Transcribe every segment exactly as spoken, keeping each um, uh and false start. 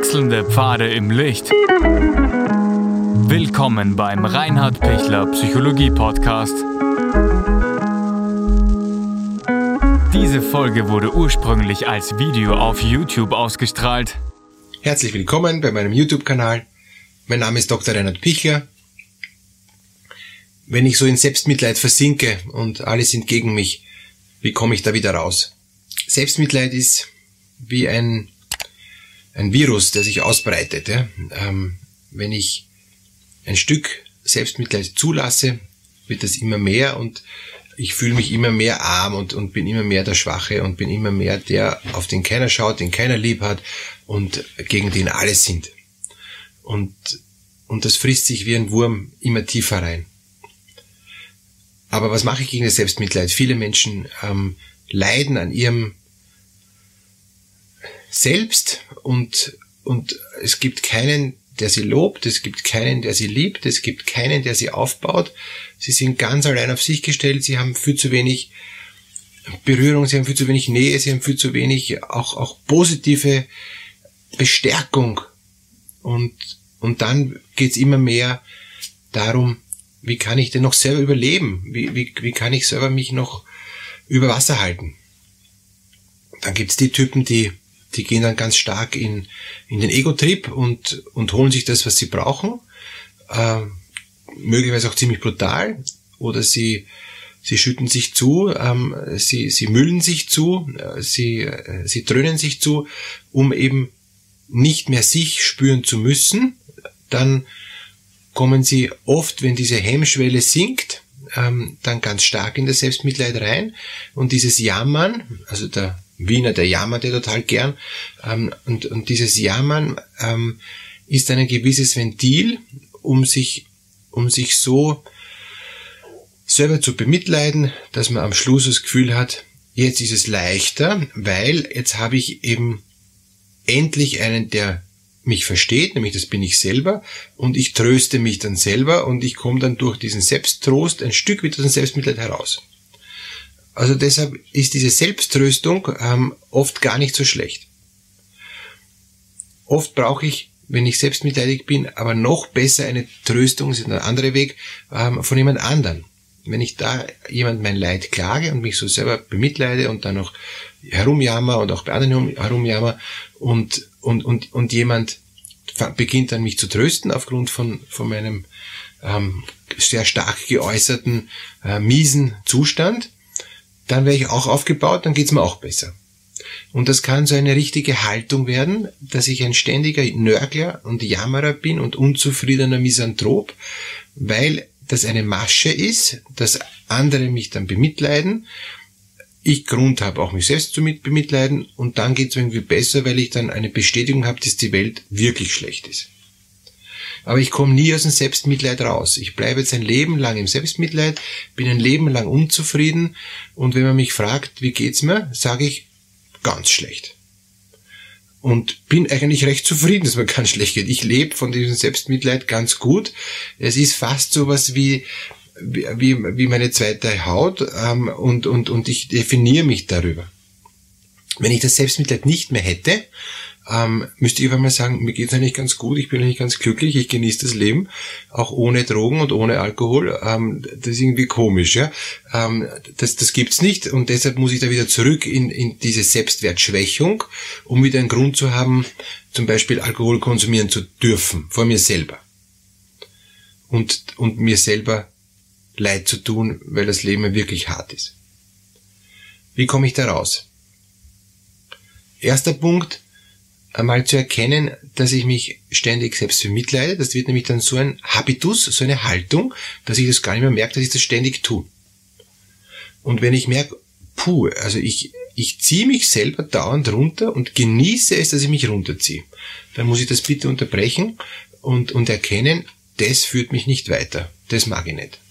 Wechselnde Pfade im Licht. Willkommen beim Reinhard Pichler Psychologie Podcast. Diese Folge wurde ursprünglich als Video auf YouTube ausgestrahlt. Herzlich willkommen bei meinem YouTube-Kanal. Mein Name ist Doktor Reinhard Pichler. Wenn ich so in Selbstmitleid versinke und alle sind gegen mich, wie komme ich da wieder raus? Selbstmitleid ist wie ein ein Virus, der sich ausbreitet. Ja? Ähm, wenn ich ein Stück Selbstmitleid zulasse, wird das immer mehr und ich fühle mich immer mehr arm und, und bin immer mehr der Schwache und bin immer mehr der, auf den keiner schaut, den keiner lieb hat und gegen den alle sind. Und, und das frisst sich wie ein Wurm immer tiefer rein. Aber was mache ich gegen das Selbstmitleid? Viele Menschen ähm, leiden an ihrem Selbst und, und es gibt keinen, der sie lobt, es gibt keinen, der sie liebt, es gibt keinen, der sie aufbaut. Sie sind ganz allein auf sich gestellt, sie haben viel zu wenig Berührung, sie haben viel zu wenig Nähe, sie haben viel zu wenig auch, auch positive Bestärkung. Und, und dann geht's immer mehr darum, wie kann ich denn noch selber überleben? Wie, wie, wie kann ich selber mich noch über Wasser halten? Dann gibt's die Typen, die Die gehen dann ganz stark in, in den Ego-Trip und, und holen sich das, was sie brauchen. Äh, möglicherweise auch ziemlich brutal. Oder sie, sie schütten sich zu, ähm, sie, sie müllen sich zu, äh, sie, äh, sie dröhnen sich zu, um eben nicht mehr sich spüren zu müssen. Dann kommen sie oft, wenn diese Hemmschwelle sinkt, ähm, dann ganz stark in das Selbstmitleid rein. Und dieses Jammern, also der Wiener, der jammert ja total gern, ähm, und, und dieses Jammern ähm, ist ein gewisses Ventil, um sich, um sich so selber zu bemitleiden, dass man am Schluss das Gefühl hat, jetzt ist es leichter, weil jetzt habe ich eben endlich einen, der mich versteht, nämlich das bin ich selber, und ich tröste mich dann selber und ich komme dann durch diesen Selbsttrost ein Stück wieder aus dem Selbstmitleid heraus. Also deshalb ist diese Selbsttröstung ähm, oft gar nicht so schlecht. Oft brauche ich, wenn ich selbstmitleidig bin, aber noch besser eine Tröstung, das ist ein anderer Weg, ähm, von jemand anderem. Wenn ich da jemand mein Leid klage und mich so selber bemitleide und dann noch herumjammer und auch bei anderen herumjammer und, und, und, und jemand beginnt dann mich zu trösten aufgrund von, von meinem ähm, sehr stark geäußerten, äh, miesen Zustand, dann wäre ich auch aufgebaut, dann geht's mir auch besser. Und das kann so eine richtige Haltung werden, dass ich ein ständiger Nörgler und Jammerer bin und unzufriedener Misanthrop, weil das eine Masche ist, dass andere mich dann bemitleiden, ich Grund habe, auch mich selbst zu bemitleiden und dann geht's mir irgendwie besser, weil ich dann eine Bestätigung habe, dass die Welt wirklich schlecht ist. Aber ich komme nie aus dem Selbstmitleid raus. Ich bleibe jetzt ein Leben lang im Selbstmitleid, bin ein Leben lang unzufrieden und wenn man mich fragt, wie geht's mir, sage ich, ganz schlecht. Und bin eigentlich recht zufrieden, dass mir ganz schlecht geht. Ich lebe von diesem Selbstmitleid ganz gut. Es ist fast sowas wie wie, wie meine zweite Haut ähm, und, und, und ich definiere mich darüber. Wenn ich das Selbstmitleid nicht mehr hätte, Ähm, müsste ich einfach mal sagen, mir geht's eigentlich ganz gut, ich bin eigentlich ganz glücklich, ich genieße das Leben, auch ohne Drogen und ohne Alkohol. Ähm, das ist irgendwie komisch, ja. Ähm, das, das gibt's nicht und deshalb muss ich da wieder zurück in, in diese Selbstwertschwächung, um wieder einen Grund zu haben, zum Beispiel Alkohol konsumieren zu dürfen, vor mir selber. Und, und mir selber Leid zu tun, weil das Leben wirklich hart ist. Wie komme ich da raus? Erster Punkt, einmal zu erkennen, dass ich mich ständig selbst bemitleide. Das wird nämlich dann so ein Habitus, so eine Haltung, dass ich das gar nicht mehr merke, dass ich das ständig tue. Und wenn ich merke, puh, also ich, ich ziehe mich selber dauernd runter und genieße es, dass ich mich runterziehe, dann muss ich das bitte unterbrechen und, und erkennen, das führt mich nicht weiter. Das mag ich nicht.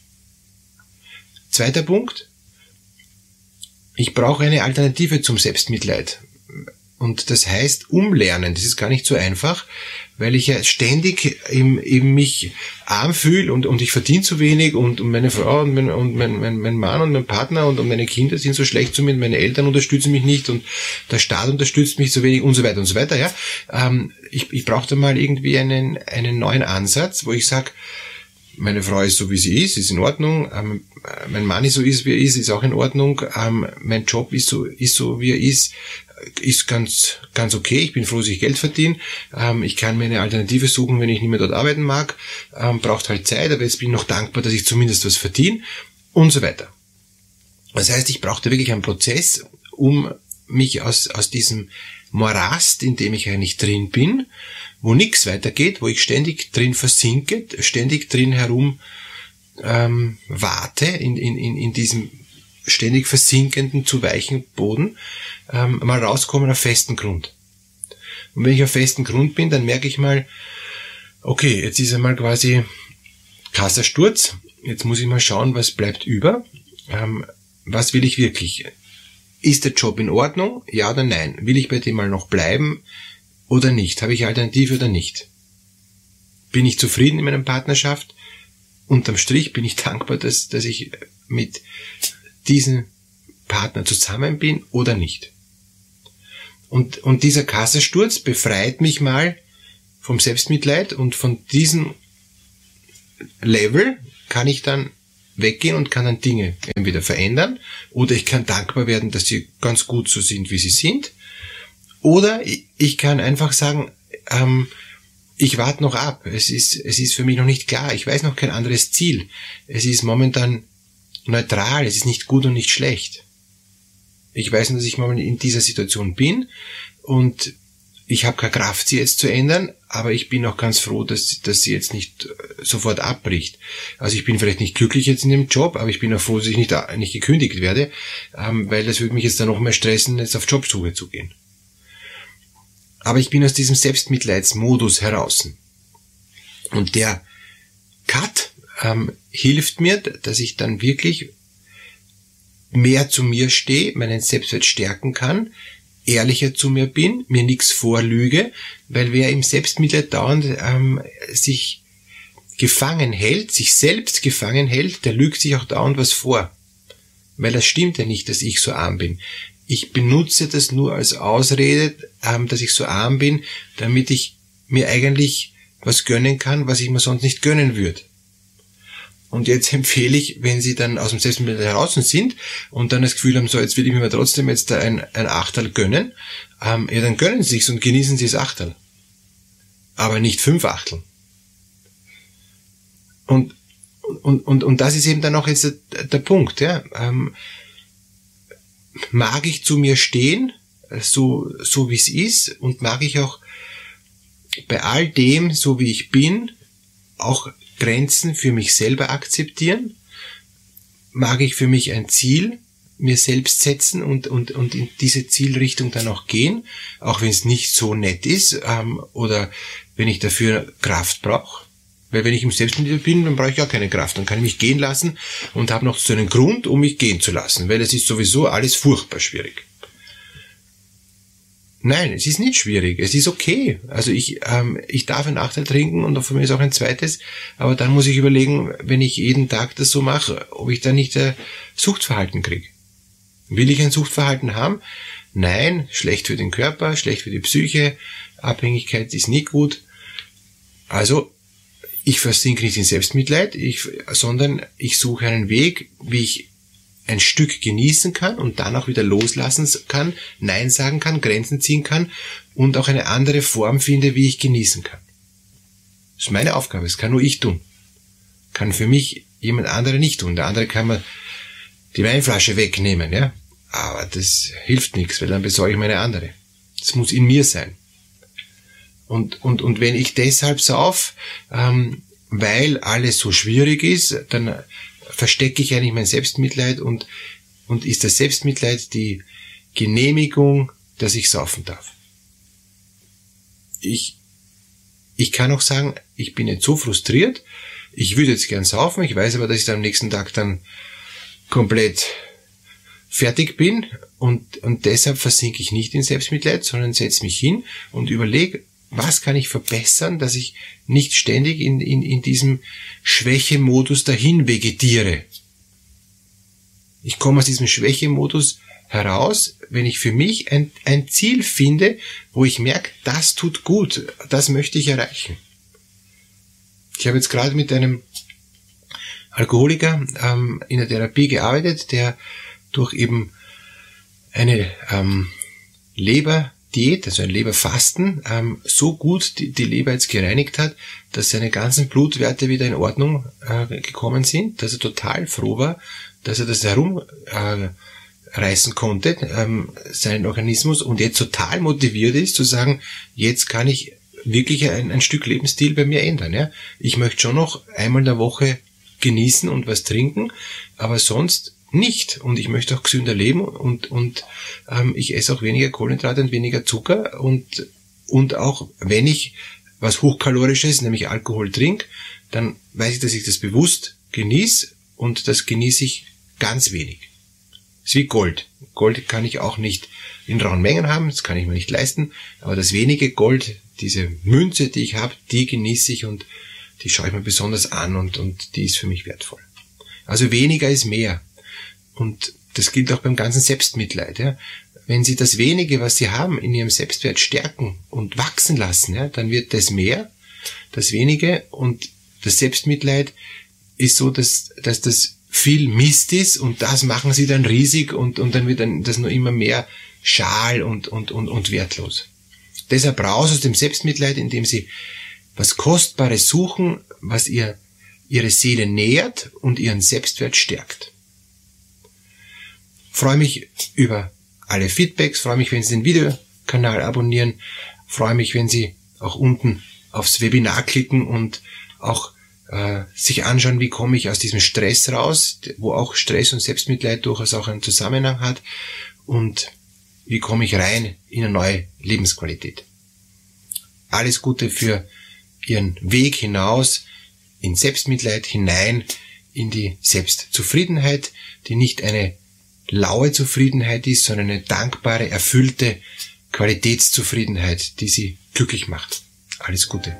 Zweiter Punkt, ich brauche eine Alternative zum Selbstmitleid. Und das heißt umlernen. Das ist gar nicht so einfach, weil ich ja ständig eben, eben mich arm fühle und, und ich verdiene zu wenig und, und meine Frau und, mein, und mein, mein, mein Mann und mein Partner und, und meine Kinder sind so schlecht zu mir, meine Eltern unterstützen mich nicht und der Staat unterstützt mich so wenig und so weiter und so weiter. Ja, ähm, ich, ich brauchte mal irgendwie einen, einen neuen Ansatz, wo ich sage, meine Frau ist so, wie sie ist, ist in Ordnung. Ähm, mein Mann ist so, ist, wie er ist, ist auch in Ordnung. Ähm, mein Job ist so, ist so, wie er ist, ist ganz, ganz okay. Ich bin froh, dass ich Geld verdiene. Ähm, ich kann mir eine Alternative suchen, wenn ich nicht mehr dort arbeiten mag. Ähm, braucht halt Zeit, aber jetzt bin ich noch dankbar, dass ich zumindest was verdiene und so weiter. Das heißt, ich brauchte wirklich einen Prozess, um mich aus, aus diesem Morast, in dem ich eigentlich drin bin, wo nichts weitergeht, wo ich ständig drin versinke, ständig drin herum ähm, warte, in, in, in diesem ständig versinkenden, zu weichen Boden, ähm, mal rauskommen auf festen Grund. Und wenn ich auf festen Grund bin, dann merke ich mal, okay, jetzt ist einmal quasi Kassensturz, jetzt muss ich mal schauen, was bleibt über, ähm, was will ich wirklich? Ist der Job in Ordnung? Ja oder nein? Will ich bei dem mal noch bleiben oder nicht? Habe ich Alternative oder nicht? Bin ich zufrieden in meiner Partnerschaft? Unterm Strich bin ich dankbar, dass, dass ich mit diesem Partner zusammen bin oder nicht. Und, und dieser Kassensturz befreit mich mal vom Selbstmitleid und von diesem Level kann ich dann weggehen und kann dann Dinge entweder verändern oder ich kann dankbar werden, dass sie ganz gut so sind, wie sie sind. Oder ich kann einfach sagen, ähm, ich warte noch ab. Es ist, es ist für mich noch nicht klar. Ich weiß noch kein anderes Ziel. Es ist momentan neutral. Es ist nicht gut und nicht schlecht. Ich weiß nur, dass ich momentan in dieser Situation bin und ich habe keine Kraft, sie jetzt zu ändern, aber ich bin auch ganz froh, dass, dass sie jetzt nicht sofort abbricht. Also ich bin vielleicht nicht glücklich jetzt in dem Job, aber ich bin auch froh, dass ich nicht, nicht gekündigt werde, ähm, weil das würde mich jetzt dann noch mehr stressen, jetzt auf Jobsuche zu gehen. Aber ich bin aus diesem Selbstmitleidsmodus heraus. Und der Cut ähm, hilft mir, dass ich dann wirklich mehr zu mir stehe, meinen Selbstwert stärken kann, ehrlicher zu mir bin, mir nichts vorlüge, weil wer im Selbstmitleid dauernd ähm, sich gefangen hält, sich selbst gefangen hält, der lügt sich auch dauernd was vor. Weil das stimmt ja nicht, dass ich so arm bin. Ich benutze das nur als Ausrede, ähm, dass ich so arm bin, damit ich mir eigentlich was gönnen kann, was ich mir sonst nicht gönnen würde. Und jetzt empfehle ich, wenn Sie dann aus dem Selbstmitleid heraus sind und dann das Gefühl haben, so jetzt will ich mir trotzdem jetzt da ein, ein Achtel gönnen, ähm, ja dann gönnen Sie es und genießen Sie das Achtel. Aber nicht fünf Achtel. Und, und, und, und das ist eben dann auch jetzt der, der Punkt, ja. Ähm, mag ich zu mir stehen, so, so wie es ist, und mag ich auch bei all dem, so wie ich bin, auch Grenzen für mich selber akzeptieren? Mag ich für mich ein Ziel mir selbst setzen und, und, und in diese Zielrichtung dann auch gehen, auch wenn es nicht so nett ist, ähm, oder wenn ich dafür Kraft brauche? Weil wenn ich im Selbstmitleid bin, dann brauche ich gar keine Kraft. Dann kann ich mich gehen lassen und habe noch so einen Grund, um mich gehen zu lassen, weil es ist sowieso alles furchtbar schwierig. Nein, es ist nicht schwierig, es ist okay. Also ich ähm, ich darf ein Achtel trinken und von mir ist auch ein zweites, aber dann muss ich überlegen, wenn ich jeden Tag das so mache, ob ich dann nicht ein Suchtverhalten kriege. Will ich ein Suchtverhalten haben? Nein, schlecht für den Körper, schlecht für die Psyche, Abhängigkeit ist nie gut. Also ich versinke nicht in Selbstmitleid, ich, sondern ich suche einen Weg, wie ich ein Stück genießen kann und dann auch wieder loslassen kann, Nein sagen kann, Grenzen ziehen kann und auch eine andere Form finde, wie ich genießen kann. Das ist meine Aufgabe, das kann nur ich tun. Kann für mich jemand anderer nicht tun. Der andere kann mir die Weinflasche wegnehmen, ja. Aber das hilft nichts, weil dann besorge ich mir eine andere. Das muss in mir sein. Und, und, und wenn ich deshalb sauf, ähm, weil alles so schwierig ist, dann verstecke ich eigentlich mein Selbstmitleid und, und ist das Selbstmitleid die Genehmigung, dass ich saufen darf. Ich, ich kann auch sagen, ich bin jetzt so frustriert, ich würde jetzt gern saufen, ich weiß aber, dass ich dann am nächsten Tag dann komplett fertig bin und, und deshalb versinke ich nicht in Selbstmitleid, sondern setze mich hin und überlege, was kann ich verbessern, dass ich nicht ständig in, in, in diesem Schwächemodus dahin vegetiere. Ich komme aus diesem Schwächemodus heraus, wenn ich für mich ein, ein Ziel finde, wo ich merke, das tut gut, das möchte ich erreichen. Ich habe jetzt gerade mit einem Alkoholiker ähm, in der Therapie gearbeitet, der durch eben eine ähm, Leberdiät, also ein Leberfasten, ähm, so gut die, die Leber jetzt gereinigt hat, dass seine ganzen Blutwerte wieder in Ordnung äh, gekommen sind, dass er total froh war, dass er das herumreißen äh, konnte, ähm, seinen Organismus, und jetzt total motiviert ist zu sagen, jetzt kann ich wirklich ein, ein Stück Lebensstil bei mir ändern. Ja? Ich möchte schon noch einmal in der Woche genießen und was trinken, aber sonst nicht. Und ich möchte auch gesünder leben und und ähm, ich esse auch weniger Kohlenhydrate und weniger Zucker und und auch wenn ich was Hochkalorisches, nämlich Alkohol, trinke, dann weiß ich, dass ich das bewusst genieße und das genieße ich ganz wenig. Das ist wie Gold. Gold kann ich auch nicht in rauen Mengen haben, das kann ich mir nicht leisten, aber das wenige Gold, diese Münze, die ich habe, die genieße ich und die schaue ich mir besonders an und, und die ist für mich wertvoll. Also weniger ist mehr. Und das gilt auch beim ganzen Selbstmitleid. Ja. Wenn Sie das wenige, was Sie haben, in Ihrem Selbstwert stärken und wachsen lassen, ja, dann wird das mehr, das wenige, und das Selbstmitleid ist so, dass, dass das viel Mist ist und das machen Sie dann riesig und, und dann wird dann das nur immer mehr schal und, und, und, und wertlos. Deshalb raus aus dem Selbstmitleid, indem Sie was Kostbares suchen, was ihr, Ihre Seele nährt und Ihren Selbstwert stärkt. Freue mich über alle Feedbacks, freue mich, wenn Sie den Videokanal abonnieren, freue mich, wenn Sie auch unten aufs Webinar klicken und auch äh, sich anschauen, wie komme ich aus diesem Stress raus, wo auch Stress und Selbstmitleid durchaus auch einen Zusammenhang hat, und wie komme ich rein in eine neue Lebensqualität. Alles Gute für Ihren Weg hinaus in Selbstmitleid, hinein in die Selbstzufriedenheit, die nicht eine laue Zufriedenheit ist, sondern eine dankbare, erfüllte Qualitätszufriedenheit, die Sie glücklich macht. Alles Gute.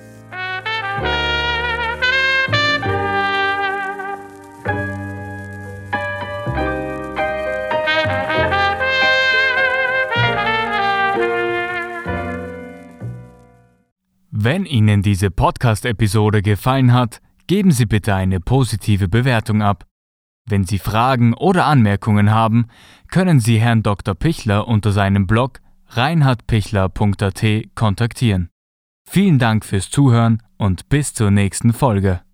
Wenn Ihnen diese Podcast-Episode gefallen hat, geben Sie bitte eine positive Bewertung ab. Wenn Sie Fragen oder Anmerkungen haben, können Sie Herrn Doktor Pichler unter seinem Blog reinhard pichler punkt a t kontaktieren. Vielen Dank fürs Zuhören und bis zur nächsten Folge.